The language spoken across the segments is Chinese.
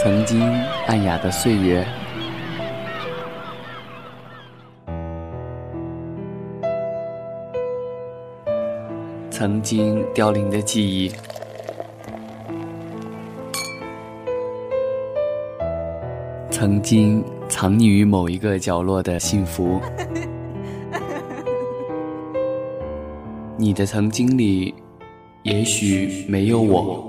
曾经暗哑的岁月，曾经凋零的记忆，曾经藏匿于某一个角落的幸福。你的曾经里，也许没有我。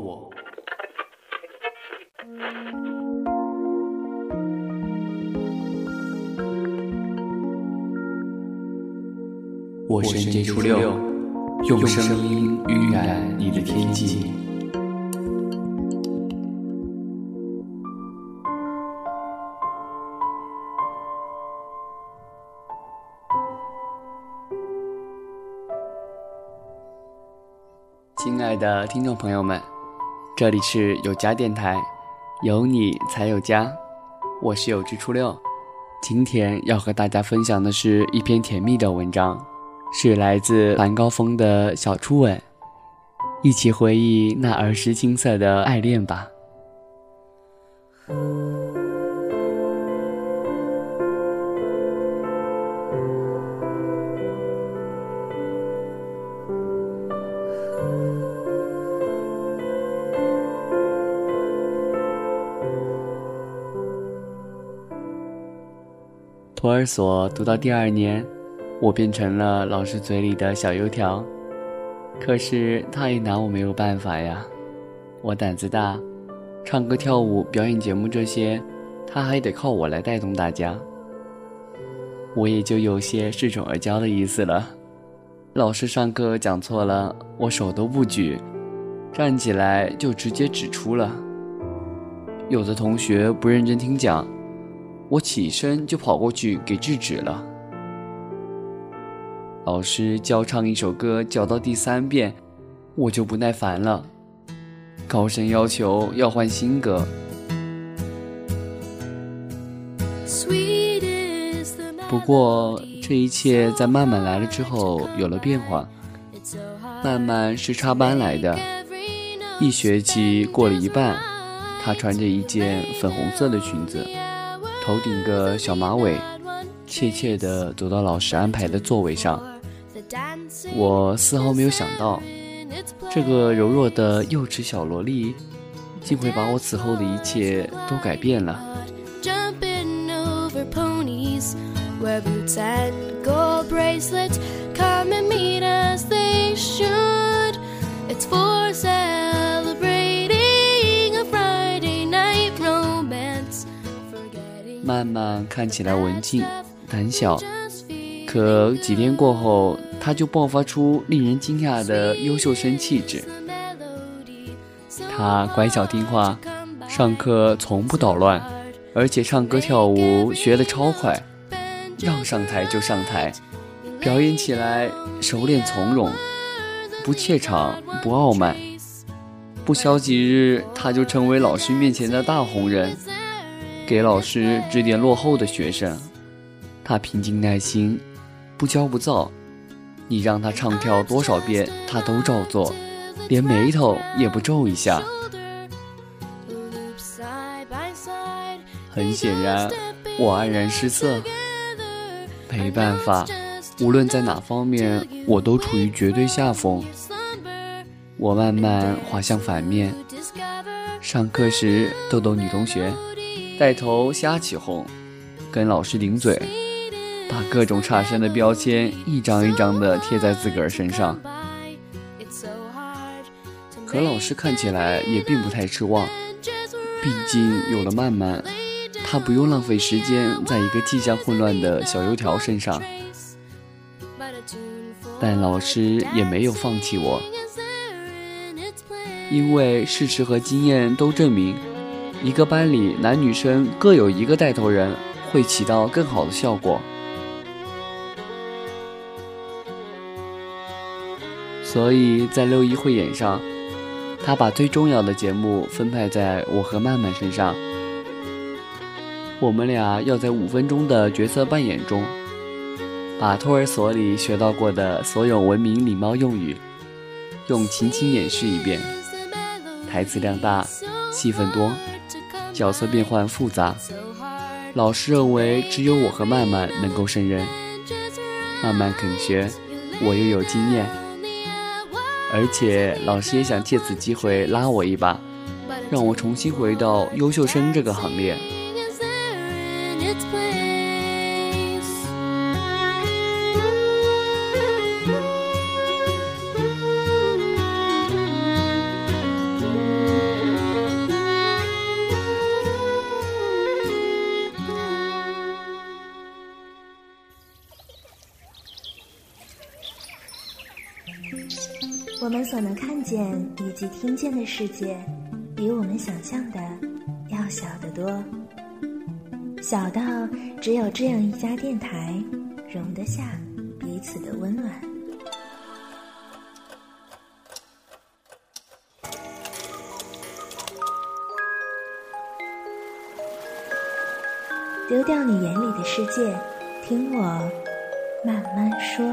我神节初六，用声音晕染你的天际。亲爱的听众朋友们，这里是有家电台，有你才有家，我是有志初六。今天要和大家分享的是一篇甜蜜的文章，是来自梵高峰的小初吻，一起回忆那儿时青涩的爱恋吧。托儿所读到第2年，我变成了老师嘴里的小油条，可是他也拿我没有办法呀。我胆子大，唱歌跳舞表演节目这些他还得靠我来带动大家，我也就有些恃宠而骄的意思了。老师上课讲错了，我手都不举，站起来就直接指出了。有的同学不认真听讲，我起身就跑过去给制止了。老师教唱一首歌教到第3遍，我就不耐烦了，高声要求要换新歌。不过这一切在曼曼来了之后有了变化。曼曼是插班来的，1学期过了一半，她穿着一件粉红色的裙子，头顶个小马尾，怯怯地走到老师安排的座位上。我丝毫没有想到，这个柔弱的幼稚小萝莉竟会把我此后的一切都改变了。曼曼看起来文静胆小，可几天过后，她就爆发出令人惊讶的优秀生气质。她乖巧听话，上课从不捣乱，而且唱歌跳舞学得超快，让上台就上台，表演起来熟练从容，不怯场不傲慢。不消几日，她就成为老师面前的大红人，给老师指点落后的学生。他平静耐心，不骄不躁，你让他唱跳多少遍他都照做，连眉头也不皱一下。很显然我黯然失色，没办法，无论在哪方面我都处于绝对下风。我慢慢滑向反面，上课时逗逗女同学，带头瞎起哄，跟老师顶嘴，把各种差生的标签一张一张地贴在自个儿身上。可老师看起来也并不太失望，毕竟有了曼曼，他不用浪费时间在一个迹象混乱的小油条身上。但老师也没有放弃我，因为事实和经验都证明，一个班里男女生各有一个带头人会起到更好的效果。所以在6一汇演上，他把最重要的节目分派在我和曼曼身上。我们俩要在5分钟的角色扮演中，把托儿所里学到过的所有文明礼貌用语用情景演示一遍，台词量大，戏份多， 角色变换复杂，老师认为只有我和曼曼能够胜任。曼曼肯学，我又有经验，而且老师也想借此机会拉我一把，让我重新回到优秀生这个行列。 我们所能看见以及听见的世界，比我们想象的要小得多，小到只有这样一家电台，容得下彼此的温暖。丢掉你眼里的世界，听我慢慢说。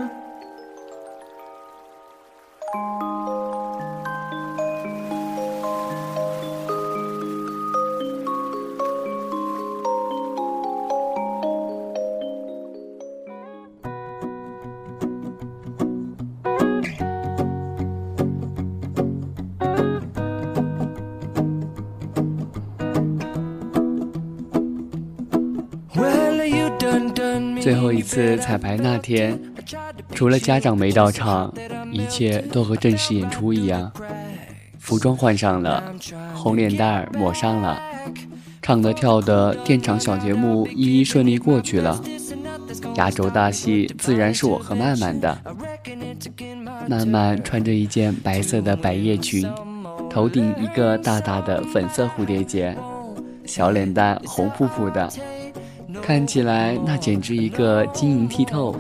最后一次彩排那天，除了家长没到场，一切都和正式演出一样。服装换上了，红脸蛋抹上了，唱的跳的电场小节目一一顺利过去了。压轴大戏自然是我和曼曼的。曼曼穿着一件白色的百叶裙，头顶一个大大的粉色蝴蝶结，小脸蛋红扑扑的，看起来那简直一个晶莹剔透。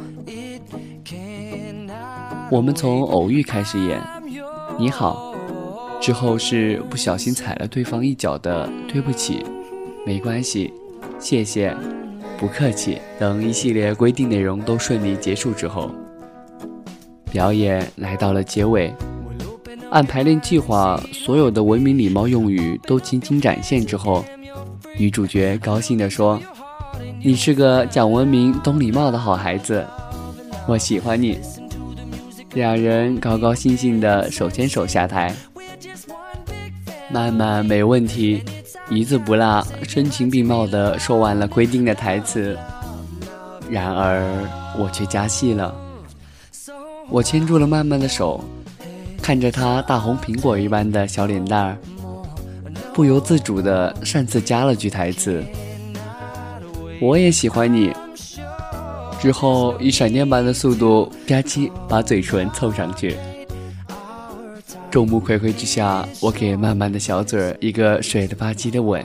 我们从偶遇开始演，你好，之后是不小心踩了对方一脚的对不起，没关系，谢谢，不客气等一系列规定内容都顺利结束之后，表演来到了结尾。按排练计划，所有的文明礼貌用语都轻轻展现之后，女主角高兴地说，你是个讲文明懂礼貌的好孩子，我喜欢你。两人高高兴兴地手牵手下台。曼曼没问题，一字不落，声情并茂地说完了规定的台词。然而我却加戏了。我牵住了曼曼的手，看着她大红苹果一般的小脸蛋儿，不由自主地擅自加了句台词，我也喜欢你。之后以闪电般的速度吧唧把嘴唇凑上去。众目睽睽之下，我给曼曼的小嘴儿一个水了吧唧的吻。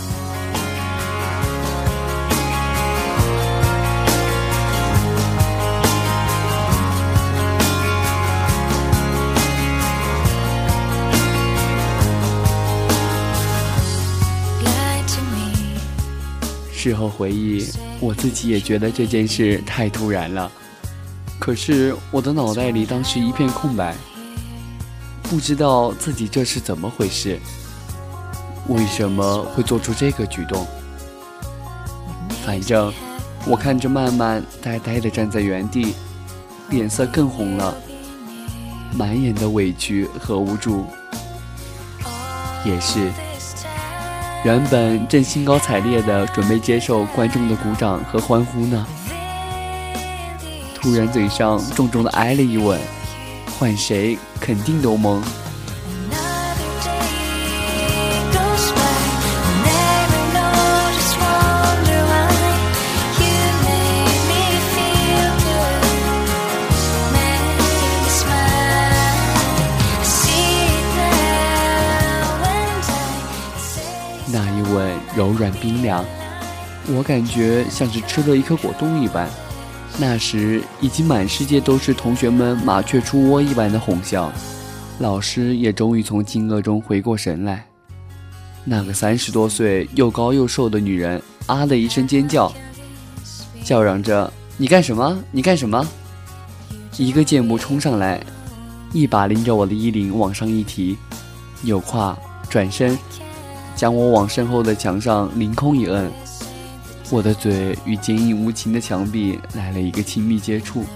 事后回忆，我自己也觉得这件事太突然了，可是我的脑袋里当时一片空白，不知道自己这是怎么回事，为什么会做出这个举动。反正我看着曼曼呆呆地站在原地，脸色更红了，满眼的委屈和无助。也是原本正兴高采烈地准备接受观众的鼓掌和欢呼呢，突然嘴上重重地挨了一吻，换谁肯定都懵。那一吻柔软冰凉，我感觉像是吃了一颗果冻一般。那时已经满世界都是同学们麻雀出窝一般的哄笑，老师也终于从惊愕中回过神来。那个30多岁又高又瘦的女人啊的一声尖叫，叫嚷着你干什么你干什么。一个箭步冲上来，一把拎着我的衣领往上一提，扭胯转身， 将我往身后的墙上凌空一摁，我的嘴与坚硬无情的墙壁来了一个亲密接触。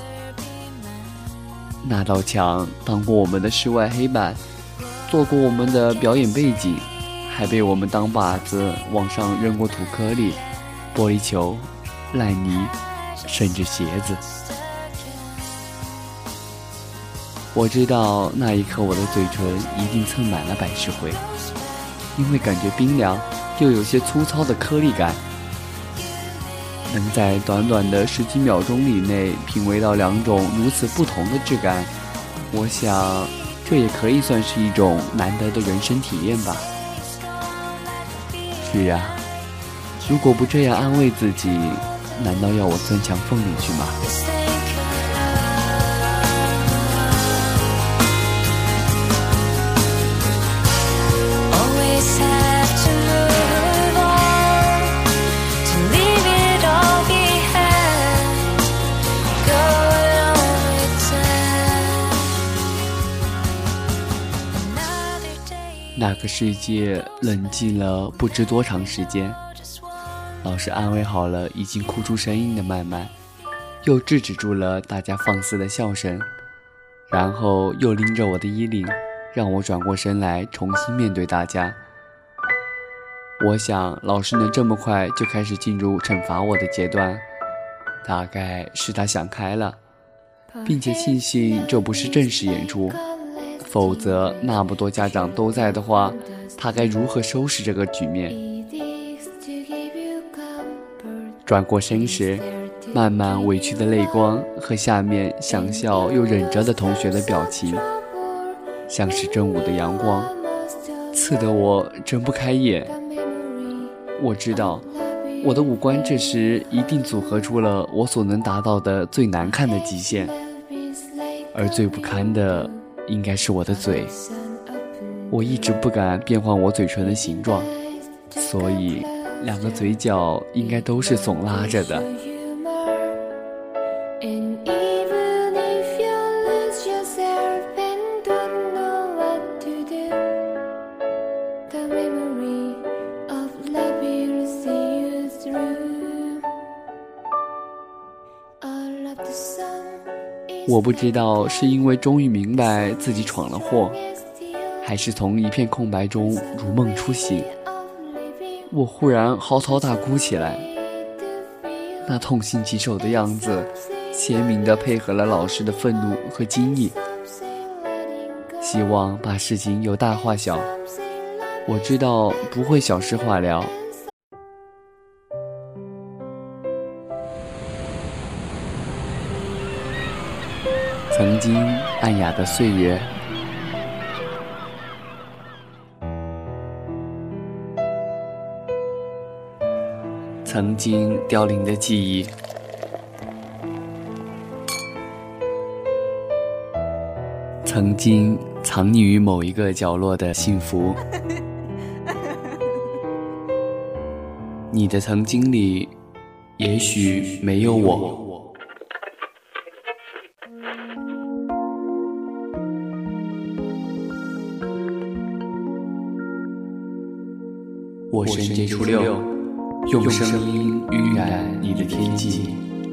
那道墙当过我们的室外黑板，做过我们的表演背景，还被我们当靶子往上扔过土颗粒、玻璃球、烂泥，甚至鞋子。我知道那一刻我的嘴唇一定蹭满了百事灰，因为感觉冰凉又有些粗糙的颗粒感。能在短短的10几秒钟以内品味到2种如此不同的质感，我想这也可以算是一种难得的人生体验吧。是啊，如果不这样安慰自己，难道要我钻墙缝里去吗？那个世界冷静了不知多长时间，老师安慰好了已经哭出声音的曼曼，又制止住了大家放肆的笑声，然后又拎着我的衣领，让我转过身来重新面对大家。我想老师能这么快就开始进入惩罚我的阶段，大概是他想开了，并且庆幸这不是正式演出，否则那么多家长都在的话，他该如何收拾这个局面？转过身时，慢慢委屈的泪光和下面想笑又忍着的同学的表情，像是正午的阳光，刺得我睁不开眼。我知道我的五官这时一定组合出了我所能达到的最难看的极限，而最不堪的应该是我的嘴。我一直不敢变换我嘴唇的形状，所以2个嘴角应该都是耸拉着的。我不知道是因为终于明白自己闯了祸，还是从一片空白中如梦初醒，我忽然嚎啕大哭起来。那痛心疾首的样子鲜明地配合了老师的愤怒和惊异。希望把事情由大化小，我知道不会小事化了。曾经暗哑的岁月，曾经凋零的记忆，曾经藏匿于某一个角落的幸福。你的曾经里，也许没有我。我神接触6，用声音晕染你的天际。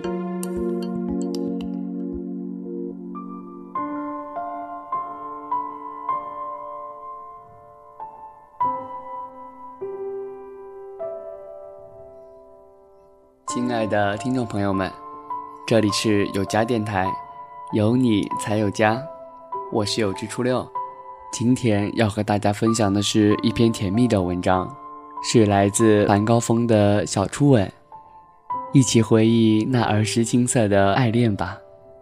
亲爱的听众朋友们，这里是有家电台，有你才有家，我是有志初6。今天要和大家分享的是一篇甜蜜的文章，是来自梵高峰的小初吻，一起回忆那儿时青涩的爱恋吧。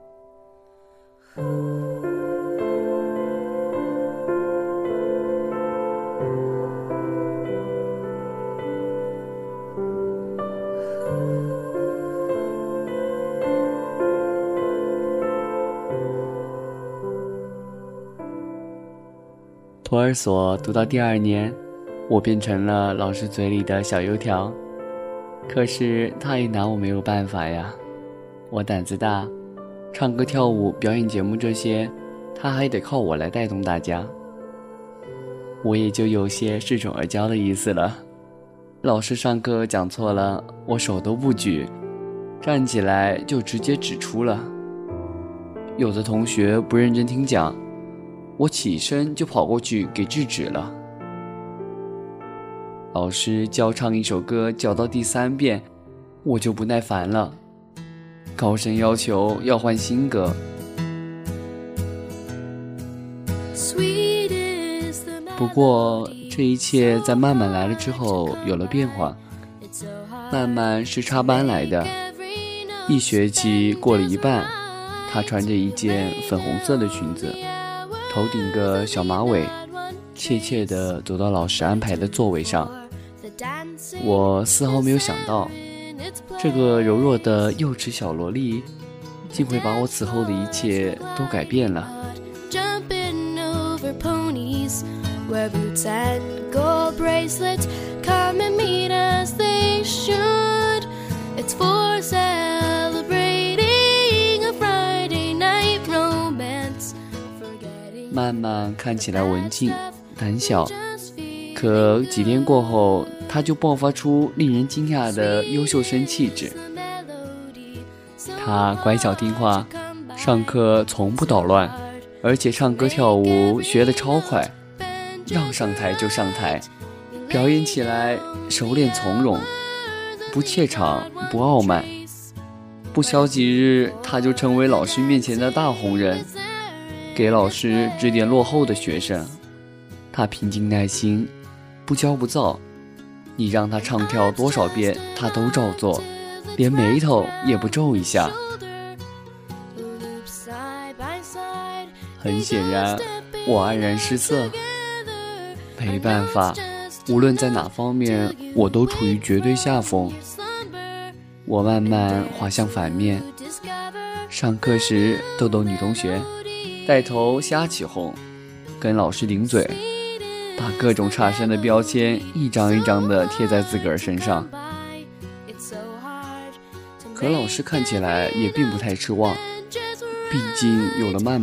托儿所读到第2年，我变成了老师嘴里的小油条，可是他也拿我没有办法呀。我胆子大，唱歌跳舞表演节目这些，他还得靠我来带动大家。 我也就有些恃宠而骄的意思了。老师上课讲错了，我手都不举，站起来就直接指出了。有的同学不认真听讲，我起身就跑过去给制止了。老师教唱一首歌，教到第3遍，我就不耐烦了，高声要求要换新歌。不过这一切在曼曼来了之后有了变化。曼曼是插班来的，1学期过了一半，她穿着一件粉红色的裙子，头顶个小马尾，怯怯地走到老师安排的座位上。我丝毫没有想到，这个柔弱的幼稚小萝莉竟会把我此后的一切都改变了。 Wear boots and gold bracelets, come and meet us, they should. It's for celebrating a Friday night romance. 曼曼看起来文静胆小，可几天过后，她就爆发出令人惊讶的优秀生气质。她乖巧听话，上课从不捣乱，而且唱歌跳舞学得超快，让上台就上台，表演起来熟练从容，不怯场不傲慢。不消几日，他就成为老师面前的大红人，给老师指点落后的学生。他平静耐心，不骄不躁，你让他唱跳多少遍他都照做，连眉头也不皱一下。很显然，我黯然失色。没办法，无论在哪方面，我都处于绝对下风。我慢慢滑向反面，上课时逗逗女同学，带头瞎起哄，跟老师顶嘴，把各种差生的标签一张一张地贴在自个儿身上。可老师看起来也并不太失望，毕竟有了曼曼。